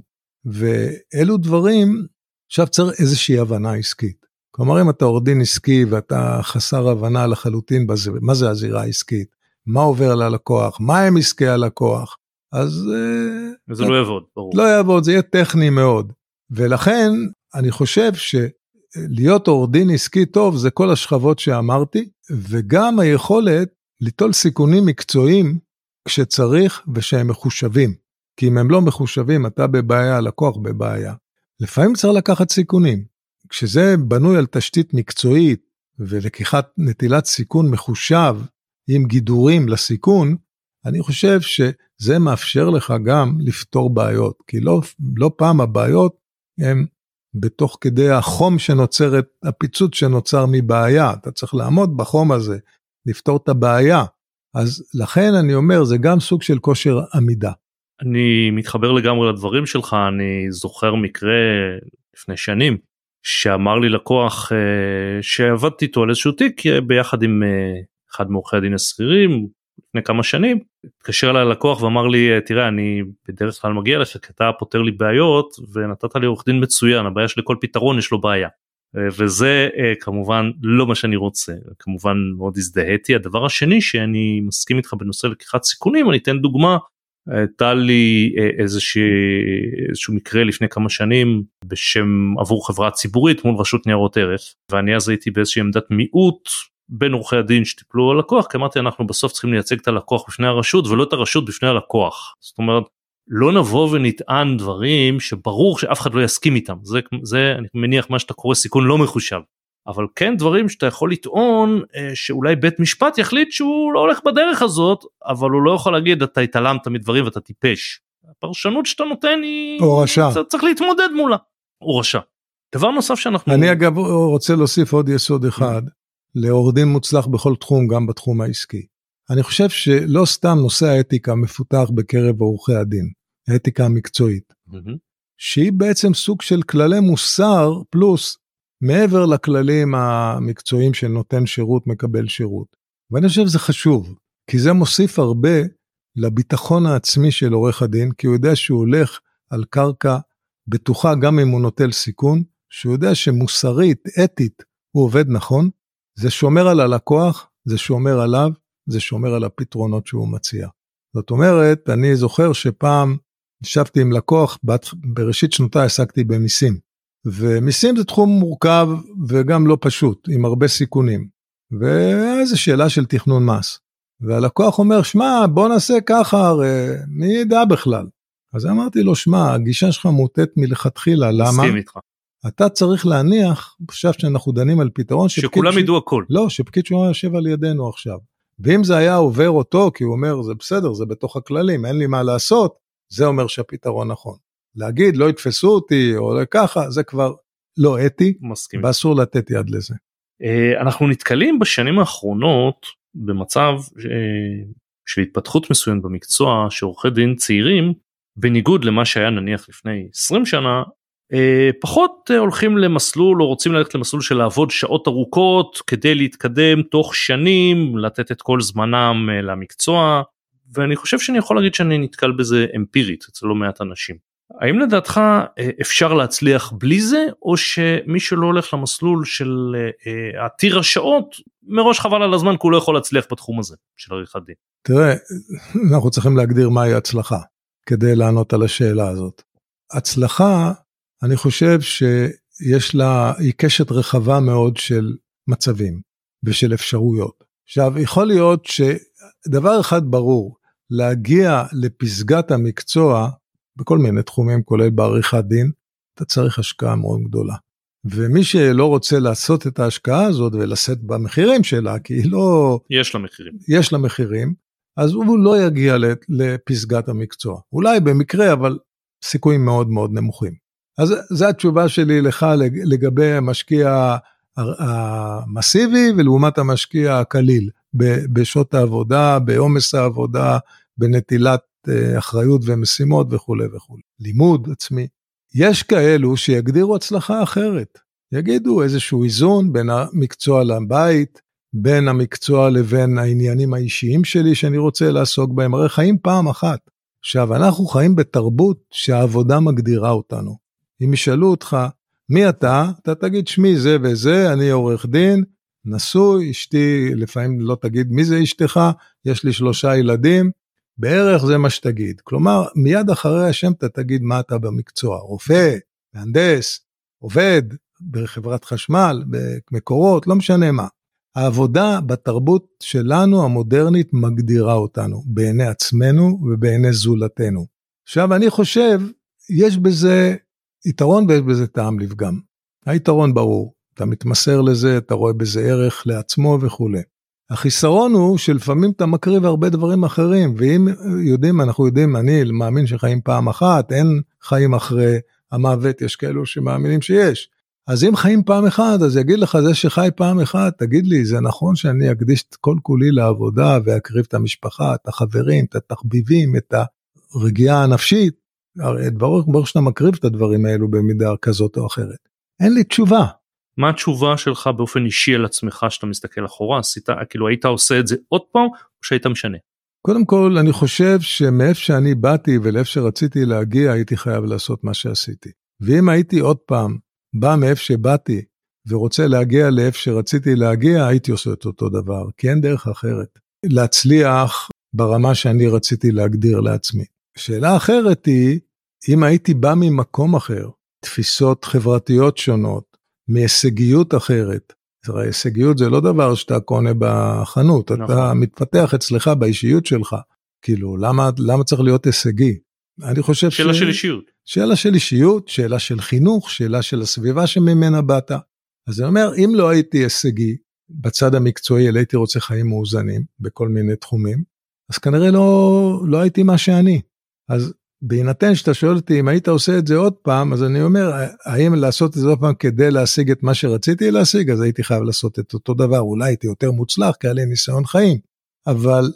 ואלו דברים, עכשיו צריך איזושהי הבנה עסקית. כלומר, אם אתה עורך דין עסקי, ואתה חסר הבנה לחלוטין, מה זה הזירה העסקית, מה עובר ללקוח, מה הם עסקי הלקוח, אז זה לא יעבוד, ברור. לא יעבוד, זה יהיה טכני מאוד, ולכן אני חושב שלהיות עורך דין עסקי טוב, זה כל השכבות שאמרתי, וגם היכולת ליטול סיכונים מקצועיים כשצריך ושהם מחושבים. כי אם הם לא מחושבים, אתה בבעיה, הלקוח בבעיה. לפעמים צריך לקחת סיכונים. כשזה בנוי על תשתית מקצועית ולקיחת נטילת סיכון מחושב עם גידורים לסיכון, אני חושב שזה מאפשר לך גם לפתור בעיות. כי לא פעם הבעיות הם בתוך כדי החום שנוצרת, הפיצוץ שנוצר מבעיה. אתה צריך לעמוד בחום הזה. לפתור את הבעיה, אז לכן אני אומר, זה גם סוג של כושר עמידה. אני מתחבר לגמרי לדברים שלך, אני זוכר מקרה לפני שנים, שאמר לי לקוח שעבדתי איתו על איזשהו תיק, ביחד עם אחד מעורכי הדין השכירים, לפני כמה שנים, התקשר אליי לקוח ואמר לי, תראה, אני בדרך כלל מגיע לך, כי אתה פותר לי בעיות, ונתת לי עורך דין מצוין, הבעיה שלי כל פתרון יש לו בעיה. וזה כמובן לא מה שאני רוצה, כמובן מאוד הזדהיתי. הדבר השני שאני מסכים איתך בנושא לקיחת סיכונים, אני אתן דוגמה, הייתה לי איזשהו מקרה לפני כמה שנים, בשם עבור חברה ציבורית מול רשות ניירות ערך, ואני אז הייתי באיזושהי עמדת מיעוט, בין עורכי הדין שטיפלו על לקוח, כי אמרתי אנחנו בסוף צריכים לייצג את הלקוח בפני הרשות, ולא את הרשות בפני הלקוח, זאת אומרת, לא נבוא ונטען דברים שברור שאף אחד לא יסכים איתם, זה אני מניח מה שאתה קורא סיכון לא מחושב, אבל כן דברים שאתה יכול לטעון שאולי בית משפט יחליט שהוא לא הולך בדרך הזאת, אבל הוא לא יכול להגיד אתה התעלמת מדברים ואתה טיפש, הפרשנות שאתה נותן היא, צריך להתמודד מולה, הוא רשע. דבר נוסף שאנחנו... אני אגב רוצה להוסיף עוד יסוד אחד, לעורך דין מוצלח בכל תחום, גם בתחום העסקי. אני חושב שלא סתם נושא האתיקה מפותח בקרב עורכי הדין, האתיקה המקצועית, שהיא בעצם סוג של כללי מוסר פלוס, מעבר לכללים המקצועיים של נותן שירות, מקבל שירות. ואני חושב שזה חשוב, כי זה מוסיף הרבה לביטחון העצמי של עורך הדין, כי הוא יודע שהוא הולך על קרקע בטוחה, גם אם הוא נוטל סיכון, שהוא יודע שמוסרית, אתית, הוא עובד נכון, זה שומר על הלקוח, זה שומר עליו, זה שומר על הפתרונות שהוא מציע. זאת אומרת, אני זוכר שפעם ישבתי עם לקוח, בראשית שנותיי עסקתי במיסים, ומיסים זה תחום מורכב וגם לא פשוט, עם הרבה סיכונים, ואיזו שאלה של תכנון מס, והלקוח אומר, שמע, בוא נעשה ככה, הרי מי ידע בכלל? אז אמרתי לו, שמע, הגישה שלך מוטט מלכתחילה, למה? מסכים איתך. אתה צריך להניח, חושב שאנחנו דנים על פתרון, שכולם ידעו הכל. לא, שפקיד שומה יושב על ידינו עכשיו. ואם זה היה עובר אותו, כי הוא אומר, זה בסדר, זה בתוך הכללים, אין לי מה לעשות, זה אומר שהפתרון נכון. להגיד, לא יתפסו אותי, או ככה, זה כבר לא אתי, מסכים. ואסור לתת יד לזה. אנחנו נתקלים בשנים האחרונות, במצב של התפתחות מסוים במקצוע, שעורכי דין צעירים, בניגוד למה שהיה נניח לפני 20 שנה, פחות הולכים למסלול, או רוצים ללכת למסלול של לעבוד שעות ארוכות, כדי להתקדם תוך שנים, לתת את כל זמנם למקצוע, ואני חושב שאני יכול להגיד שאני נתקל בזה אמפירית, אצל לא מעט אנשים. האם לדעתך אפשר להצליח בלי זה, או שמי שלא הולך למסלול של עתיר השעות, מראש חבל על הזמן, כי הוא לא יכול להצליח בתחום הזה, של עריכת דין? תראה, אנחנו צריכים להגדיר מהי הצלחה, כדי לענות על השאלה הזאת. הצלחה, אני חושב שיש לה, היא קשת רחבה מאוד של מצבים, ושל אפשרויות. עכשיו, יכול להיות שדבר אחד ברור, להגיע לפסגת המקצוע, בכל מיני תחומים, כולל בעריכת דין, אתה צריך השקעה מאוד גדולה. ומי שלא רוצה לעשות את ההשקעה הזאת, ולשאת במחירים שלה, כי היא לא... יש לה מחירים. יש לה מחירים, אז הוא לא יגיע לפסגת המקצוע. אולי במקרה, אבל סיכויים מאוד מאוד נמוכים. אז זו התשובה שלי לך לגבי המשקיע המסיבי, ולעומת המשקיע הקליל, בשעות העבודה, בעומס העבודה, בנטילת אחריות ומשימות וכו' וכו'. לימוד עצמי. יש כאלו שיגדירו הצלחה אחרת. יגידו איזשהו איזון בין המקצוע לבית, בין המקצוע לבין העניינים האישיים שלי שאני רוצה לעסוק בהם. הרי חיים פעם אחת. עכשיו, אנחנו חיים בתרבות שהעבודה מגדירה אותנו. אם ישאלו אותך, מי אתה? אתה תגיד, שמי זה וזה, אני עורך דין, נשוי, אשתי, לפעמים לא תגיד מי זה אשתך, יש לי 3 ילדים, בערך זה מה שתגיד. כלומר, מיד אחרי השם אתה תגיד מה אתה במקצוע, רופא, מהנדס, עובד, בחברת חשמל, במקורות, לא משנה מה. העבודה בתרבות שלנו המודרנית מגדירה אותנו, בעיני עצמנו ובעיני זולתנו. עכשיו אני חושב, יש בזה יתרון ויש בזה טעם לפגם. היתרון ברור, אתה מתמסר לזה, אתה רואה בזה ערך לעצמו וכו'. החיסרון הוא שלפעמים אתה מקריב הרבה דברים אחרים, ואם יודעים, אנחנו יודעים, אני מאמין שחיים פעם אחת, אין חיים אחרי המוות, יש כאלו שמאמינים שיש. אז אם חיים פעם אחת, אז יגיד לך זה שחי פעם אחת, תגיד לי, זה נכון שאני אקדיש את כל כולי לעבודה, ואקריב את המשפחה, את החברים, את התחביבים, את הרגיעה הנפשית, הרי ברור שאתה מקריב את הדברים האלו במידה כזאת או אחרת. אין לי תשובה. מה התשובה שלך באופן אישי על עצמך שאתה מסתכל אחורה? עשית, כאילו היית עושה את זה עוד פעם, או שהיית משנה? קודם כל, אני חושב שמאיפה שאני באתי ולאיפה שרציתי להגיע, הייתי חייב לעשות מה שעשיתי. ואם הייתי עוד פעם בא מאיפה שבאתי ורוצה להגיע לאיפה שרציתי להגיע, הייתי עושה את אותו דבר, כי אין דרך אחרת. להצליח ברמה שאני רציתי להגדיר לעצמי. שאלה אחרת היא, אם הייתי בא ממקום אחר, תפיסות חברתיות שונות, מהישגיות אחרת, הרי הישגיות זה לא דבר שאתה קונה בחנות, נכון. אתה מתפתח אצלך באישיות שלך, כאילו למה צריך להיות הישגי? אני חושב שאלה של אישיות. שאלה של אישיות, שאלה של חינוך, שאלה של הסביבה שממנה באת. אז אני אומר, אם לא הייתי הישגי, בצד המקצועי, אלא הייתי רוצה חיים מאוזנים, בכל מיני תחומים, אז כנראה לא הייתי מה שאני. אז בהינתן שאתה שואל אותי, אם היית עושה את זה עוד פעם, אז אני אומר, האם לעשות את זה עוד פעם כדי להשיג את מה שרציתי להשיג, אז הייתי חייב לעשות את אותו דבר, אולי הייתי יותר מוצלח, כי היה לי ניסיון חיים. אבל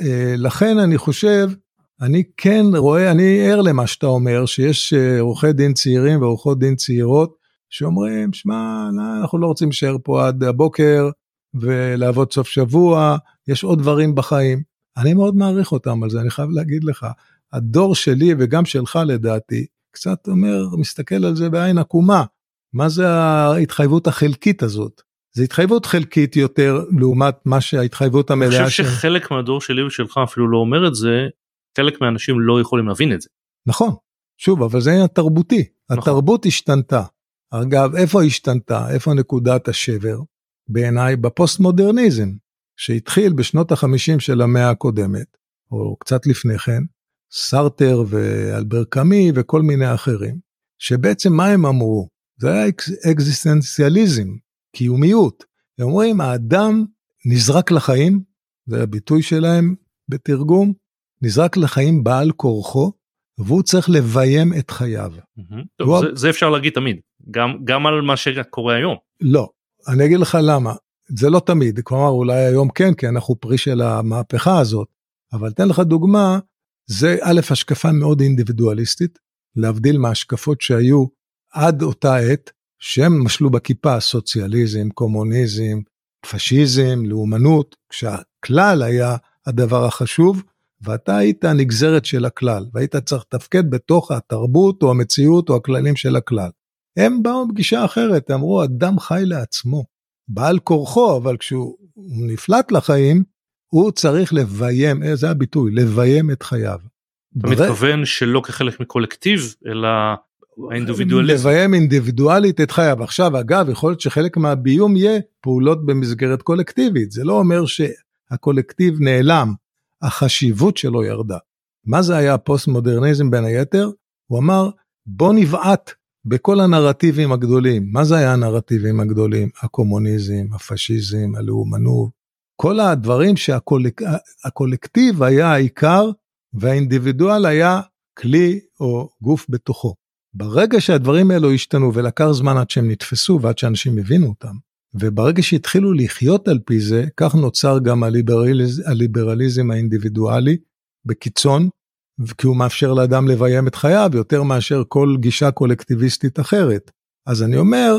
לכן אני חושב, אני כן רואה, אני ער למה שאתה אומר, שיש עורכי דין צעירים ועורכות דין צעירות, שאומרים, שמע, אנחנו לא רוצים להישאר פה עד הבוקר, ולעבוד סוף שבוע, יש עוד דברים בחיים. אני מאוד מעריך אותם על זה, אני חייב להגיד לך, הדור שלי וגם שלך לדעתי, קצת אומר, מסתכל על זה בעין עקומה, מה זה ההתחייבות החלקית הזאת? זה התחייבות חלקית יותר, לעומת מה שההתחייבות המלאה. אני חושב שחלק מהדור שלי ושלך אפילו לא אומר את זה, חלק מהאנשים לא יכולים להבין את זה. נכון, שוב, אבל זה התרבותי, התרבות השתנתה. אגב, איפה השתנתה? איפה נקודת השבר? בעיניי בפוסט-מודרניזם, שהתחיל בשנות ה-50 של המאה הקודמת, או קצת לפני כן, סארטר ואלבר קאמי וכל מיני אחרים, שבעצם מה הם אמרו? זה היה אקזיסטנציאליזם, קיומיות. הם אומרים, האדם נזרק לחיים, זה הביטוי שלהם בתרגום, נזרק לחיים בעל כורחו, והוא צריך לביים את חייו. טוב, זה אפשר להגיד תמיד, גם על מה שקורה היום. לא, אני אגיד לך למה, זה לא תמיד, כלומר אולי היום כן, כי אנחנו פרי של המהפכה הזאת, אבל תן לך דוגמה, זה א' השקפה מאוד אינדיבידואליסטית, להבדיל מהשקפות שהיו עד אותה עת, שהם משלו בכיפה, סוציאליזם, קומוניזם, פשיזם, לאומנות, כשהכלל היה הדבר החשוב, ואתה היית נגזרת של הכלל, והיית צריך לתפקד בתוך התרבות או המציאות או הכללים של הכלל. הם באו בגישה אחרת, אמרו, אדם חי לעצמו, בעל כורחו, אבל כשהוא נפלט לחיים, הוא צריך לביים, זה הביטוי, לביים את חייו. אתה מתכוון שלא כחלק מקולקטיב, אלא האינדיבידואליזם. לביים אינדיבידואלית את חייו. עכשיו, אגב, יכול להיות שחלק מהביום יהיה פעולות במסגרת קולקטיבית. זה לא אומר שהקולקטיב נעלם, החשיבות שלו ירדה. מה זה היה הפוסט-מודרניזם בין היתר? הוא אמר, בוא נבעט בכל הנרטיבים הגדולים. מה זה היה הנרטיבים הגדולים? הקומוניזם, הפשיזם, הלאומנות, כל הדברים שהקולקטיב היה העיקר, והאינדיבידואל היה כלי או גוף בתוכו. ברגע שהדברים האלו השתנו, ולקח זמן עד שהם נתפסו, ועד שאנשים הבינו אותם, וברגע שהתחילו לחיות על פי זה, כך נוצר גם הליברליזם האינדיבידואלי, בקיצון, כי הוא מאפשר לאדם לביים את חייו, יותר מאשר כל גישה קולקטיביסטית אחרת. אז אני אומר,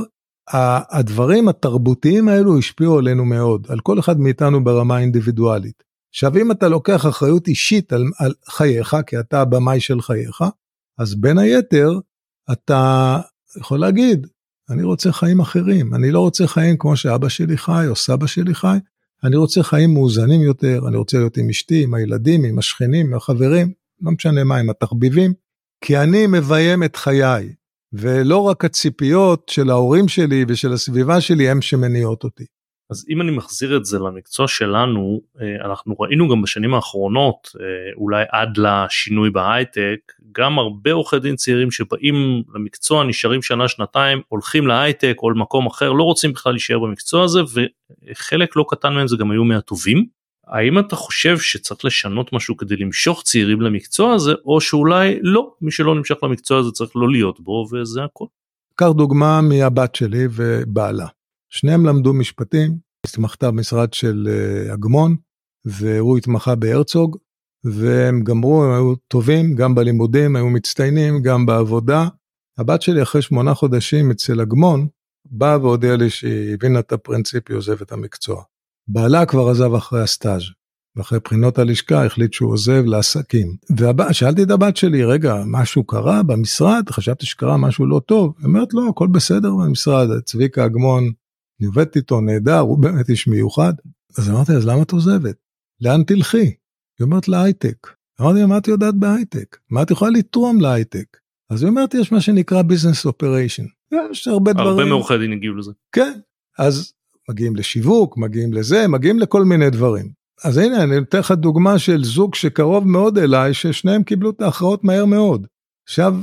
הדברים התרבותיים האלו השפיעו עלינו מאוד, על כל אחד מאיתנו ברמה אינדיבידואלית. עכשיו, אם אתה לוקח אחריות אישית על חייך, כי אתה הבמאי של חייך, אז בין היתר, אתה יכול להגיד, אני רוצה חיים אחרים, אני לא רוצה חיים כמו שאבא שלי חי, או סבא שלי חי, אני רוצה חיים מאוזנים יותר, אני רוצה להיות עם אשתי, עם הילדים, עם השכנים, עם החברים, לא משנה מה, עם התחביבים, כי אני מביים את חיי, ולא רק הציפיות של ההורים שלי ושל הסביבה שלי הם שמניעות אותי. אז אם אני מחזיר את זה למקצוע שלנו, אנחנו ראינו גם בשנים האחרונות, אולי עד לשינוי בהייטק, גם הרבה עורכי דין צעירים שבאים למקצוע, נשארים שנה, שנתיים, הולכים להייטק או למקום אחר, לא רוצים בכלל להישאר במקצוע הזה, וחלק לא קטן מהם זה גם היו מהטובים. האם אתה חושב שצריך לשנות משהו כדי למשוך צעירים למקצוע הזה, או שאולי לא, מי שלא נמשך למקצוע הזה צריך לא להיות בו, וזה הכל? קח דוגמה מהבת שלי ובעלה. שניהם למדו משפטים, התמחתה במשרד של אגמון, והוא התמחה בהרצוג, והם גמרו, הם היו טובים, גם בלימודים, היו מצטיינים, גם בעבודה. הבת שלי אחרי 8 חודשים אצל אגמון, באה והודיעה לי שהיא הבינה את הפרינציפ, היא עוזב את המקצוע. בעלה כבר עזב אחרי הסטאז', ואחרי בחינות הלשכה החליט שהוא עוזב לעסקים. שאלתי את הבת שלי, רגע, משהו קרה במשרד? חשבתי שקרה משהו לא טוב. היא אומרת, לא, הכל בסדר במשרד, צביקה אגמון, אני עובדת איתו, נהדר, הוא באמת איש מיוחד. אז אמרתי, אז למה את עוזבת? לאן תלכי? היא אומרת להייטק. אמרתי, מה את יודעת בהייטק? מה את יכולה לתרום להייטק? אז היא אומרת, יש מה שנקרא business operation. יש הרבה דברים. הרבה מעורכי דין הגיעו לזה. כן, אז מגיעים לשיווק, מגיעים לזה, מגיעים לכל מיני דברים. אז הנה, אני נותן לך דוגמה של זוג שקרוב מאוד אליי, ששניהם קיבלו את ההכרעות מהר מאוד. עכשיו,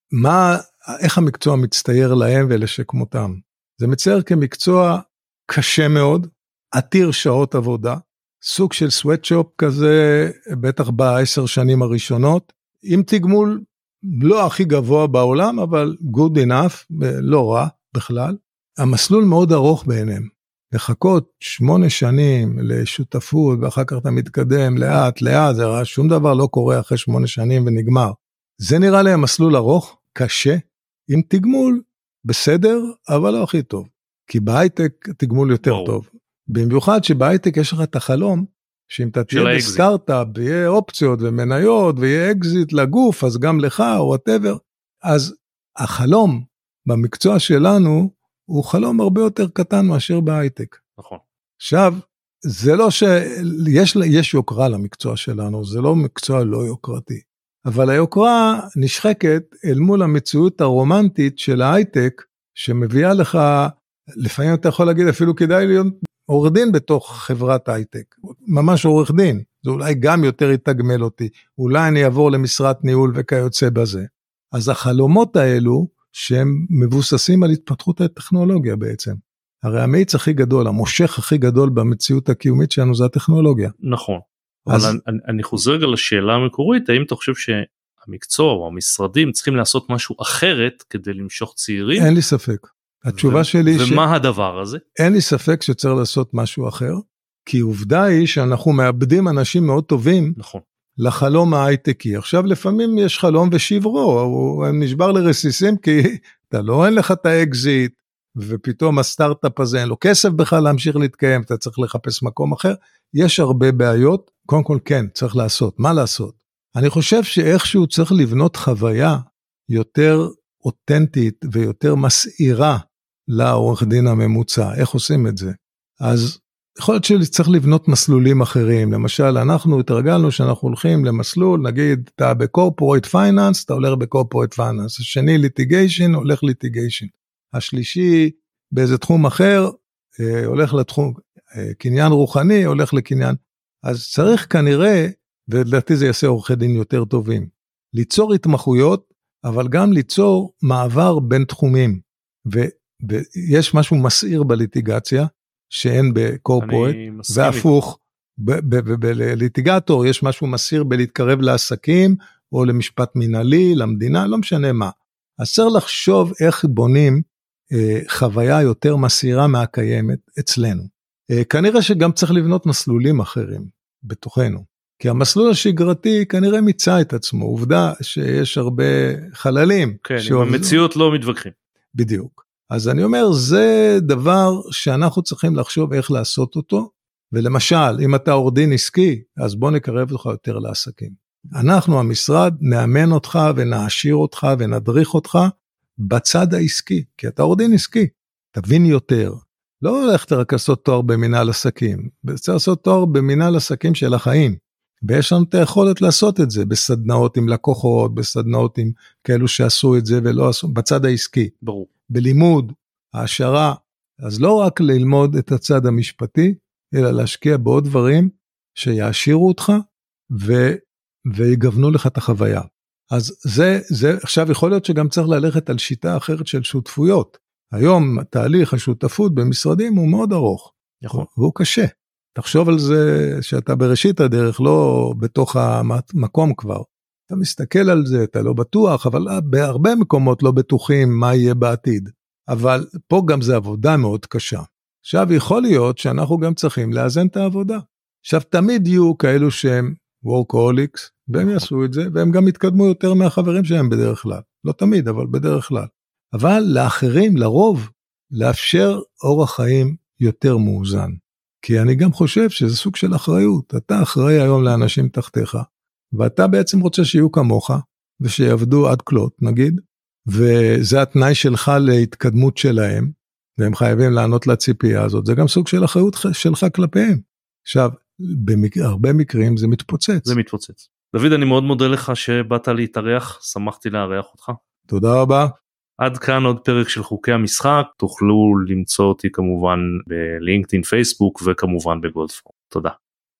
איך המקצוע מצטייר להם ולשכמותם? זה מצייר כמקצוע קשה מאוד, עתיר שעות עבודה, סוג של סוואטשופ כזה, בטח ב10 שנים הראשונות, עם תגמול לא הכי גבוה בעולם, אבל good enough, לא רע בכלל. המסלול מאוד ארוך בעיניהם, לחכות 8 שנים לשותפות, ואחר כך אתה מתקדם לאט, זה רע, שום דבר לא קורה אחרי 8 שנים ונגמר. זה נראה לי המסלול ארוך, קשה, עם תגמול, בסדר, אבל לא הכי טוב. כי בהייטק תגמול יותר טוב. במיוחד שבהייטק יש לך את החלום, שאם אתה תהיה בסטארט-אפ, ויהיה אופציות ומניות, ויהיה אקזיט לגוף, אז גם לך, או whatever. אז החלום במקצוע שלנו, הוא חלום הרבה יותר קטן מאשר בהייטק. נכון. עכשיו, זה לא שיש יוקרה למקצוע שלנו, זה לא מקצוע לא יוקרתי, אבל היוקרה נשחקת אל מול המציאות הרומנטית של ההייטק, שמביאה לך, לפעמים אתה יכול להגיד אפילו כדאי להיות עורך דין בתוך חברת הייטק, ממש עורך דין, זה אולי גם יותר יתגמל אותי, אולי אני אעבור למשרת ניהול וכיוצא בזה. אז החלומות האלו, שהם מבוססים על התפתחות הטכנולוגיה בעצם, הרי המאיץ הכי גדול, המושך הכי גדול במציאות הקיומית שלנו זה הטכנולוגיה. נכון, אבל אני חוזר רגע לשאלה המקורית, האם אתה חושב שהמקצוע או המשרדים צריכים לעשות משהו אחרת כדי למשוך צעירים? אין לי ספק. התשובה שלי ומה הדבר הזה? אין לי ספק שצריך לעשות משהו אחר, כי עובדה היא שאנחנו מאבדים אנשים מאוד טובים, נכון. לחלום ההייטקי. עכשיו לפעמים יש חלום ושברו, הוא נשבר לרסיסים, כי אין לך את האקזיט, ופתאום הסטארט-אפ הזה אין לו כסף בכלל להמשיך להתקיים, אתה צריך לחפש מקום אחר, יש הרבה בעיות, קודם כל כן, צריך לעשות, מה לעשות? אני חושב שאיכשהו צריך לבנות חוויה יותר אותנטית ויותר מסעירה לעורך דין הממוצע, איך עושים את זה? אז יכול להיות שצריך לבנות מסלולים אחרים, למשל אנחנו התרגלנו שאנחנו הולכים למסלול, נגיד אתה בקורפורייט פייננס, אתה הולך בקורפורייט פייננס, השני ליטיגיישן, הולך ליטיגיישן, השלישי באיזה תחום אחר, הולך לתחום קניין רוחני, הולך לקניין, אז צריך כנראה, ולדעתי זה יעשה עורכי דין יותר טובים, ליצור התמחויות, אבל גם ליצור מעבר בין תחומים, ויש משהו מסעיר בליטיגציה, שאין בקורפורט, והפוך, בליטיגטור יש משהו מסעיר בלהתקרב לעסקים, או למשפט מנהלי, למדינה, לא משנה מה. אז צריך לחשוב איך בונים חוויה יותר מסעירה מהקיימת אצלנו. כנראה שגם צריך לבנות מסלולים אחרים בתוכנו, כי המסלול השגרתי כנראה מיצה את עצמו, עובדה שיש הרבה חללים. כן, עם המציאות לא מתווכחים. בדיוק. אז אני אומר, זה דבר שאנחנו צריכים לחשוב איך לעשות אותו, ולמשל, אם אתה עורך דין עסקי, אז בוא נקרב אותך יותר לעסקים. אנחנו, המשרד, נאמן אותך ונעשיר אותך ונדריך אותך בצד העסקי, כי אתה עורך דין עסקי, תבין יותר. לא הולכת רק לעשות תואר במנהל עסקים, צריך לעשות תואר במנהל עסקים של החיים, ויש לנו את היכולת לעשות את זה, בסדנאות עם לקוחות, בסדנאות עם כאלו שעשו את זה ולא עשו, בצד העסקי. ברור. בלימוד, העשרה, אז לא רק ללמוד את הצד המשפטי, אלא להשקיע בעוד דברים שיעשירו אותך ויגוונו לך את החוויה. אז זה עכשיו יכול להיות שגם צריך ללכת על שיטה אחרת של שותפויות. היום תהליך השותפות במשרדים הוא מאוד ארוך, נכון. והוא קשה. תחשוב על זה שאתה בראשית הדרך, לא בתוך המקום כבר. אתה מסתכל על זה, אתה לא בטוח, אבל בהרבה מקומות לא בטוחים מה יהיה בעתיד. אבל פה גם זה עבודה מאוד קשה. עכשיו יכול להיות שאנחנו גם צריכים לאזן את העבודה. עכשיו תמיד יהיו כאלו שהם workaholics, והם יעשו את זה, והם גם יתקדמו יותר מהחברים שלהם בדרך כלל. לא תמיד, אבל בדרך כלל. אבל לאחרים, לרוב, לאפשר אורח חיים יותר מאוזן. כי אני גם חושב שזה סוג של אחריות. אתה אחראי היום לאנשים תחתיך, ואתה בעצם רוצה שיהיו כמוך, ושיעבדו עד כלות, נגיד, וזה התנאי שלך להתקדמות שלהם, והם חייבים לענות לציפייה הזאת, זה גם סוג של אחריות שלך כלפיהם. עכשיו, בהרבה מקרים זה מתפוצץ. זה מתפוצץ. דוד, אני מאוד מודה לך שבאת להתארח, שמחתי לארח אותך. תודה רבה. עד כאן עוד פרק של חוקי המשחק, תוכלו למצוא אותי כמובן בלינקדאין, פייסבוק וכמובן בגולדפורם. תודה.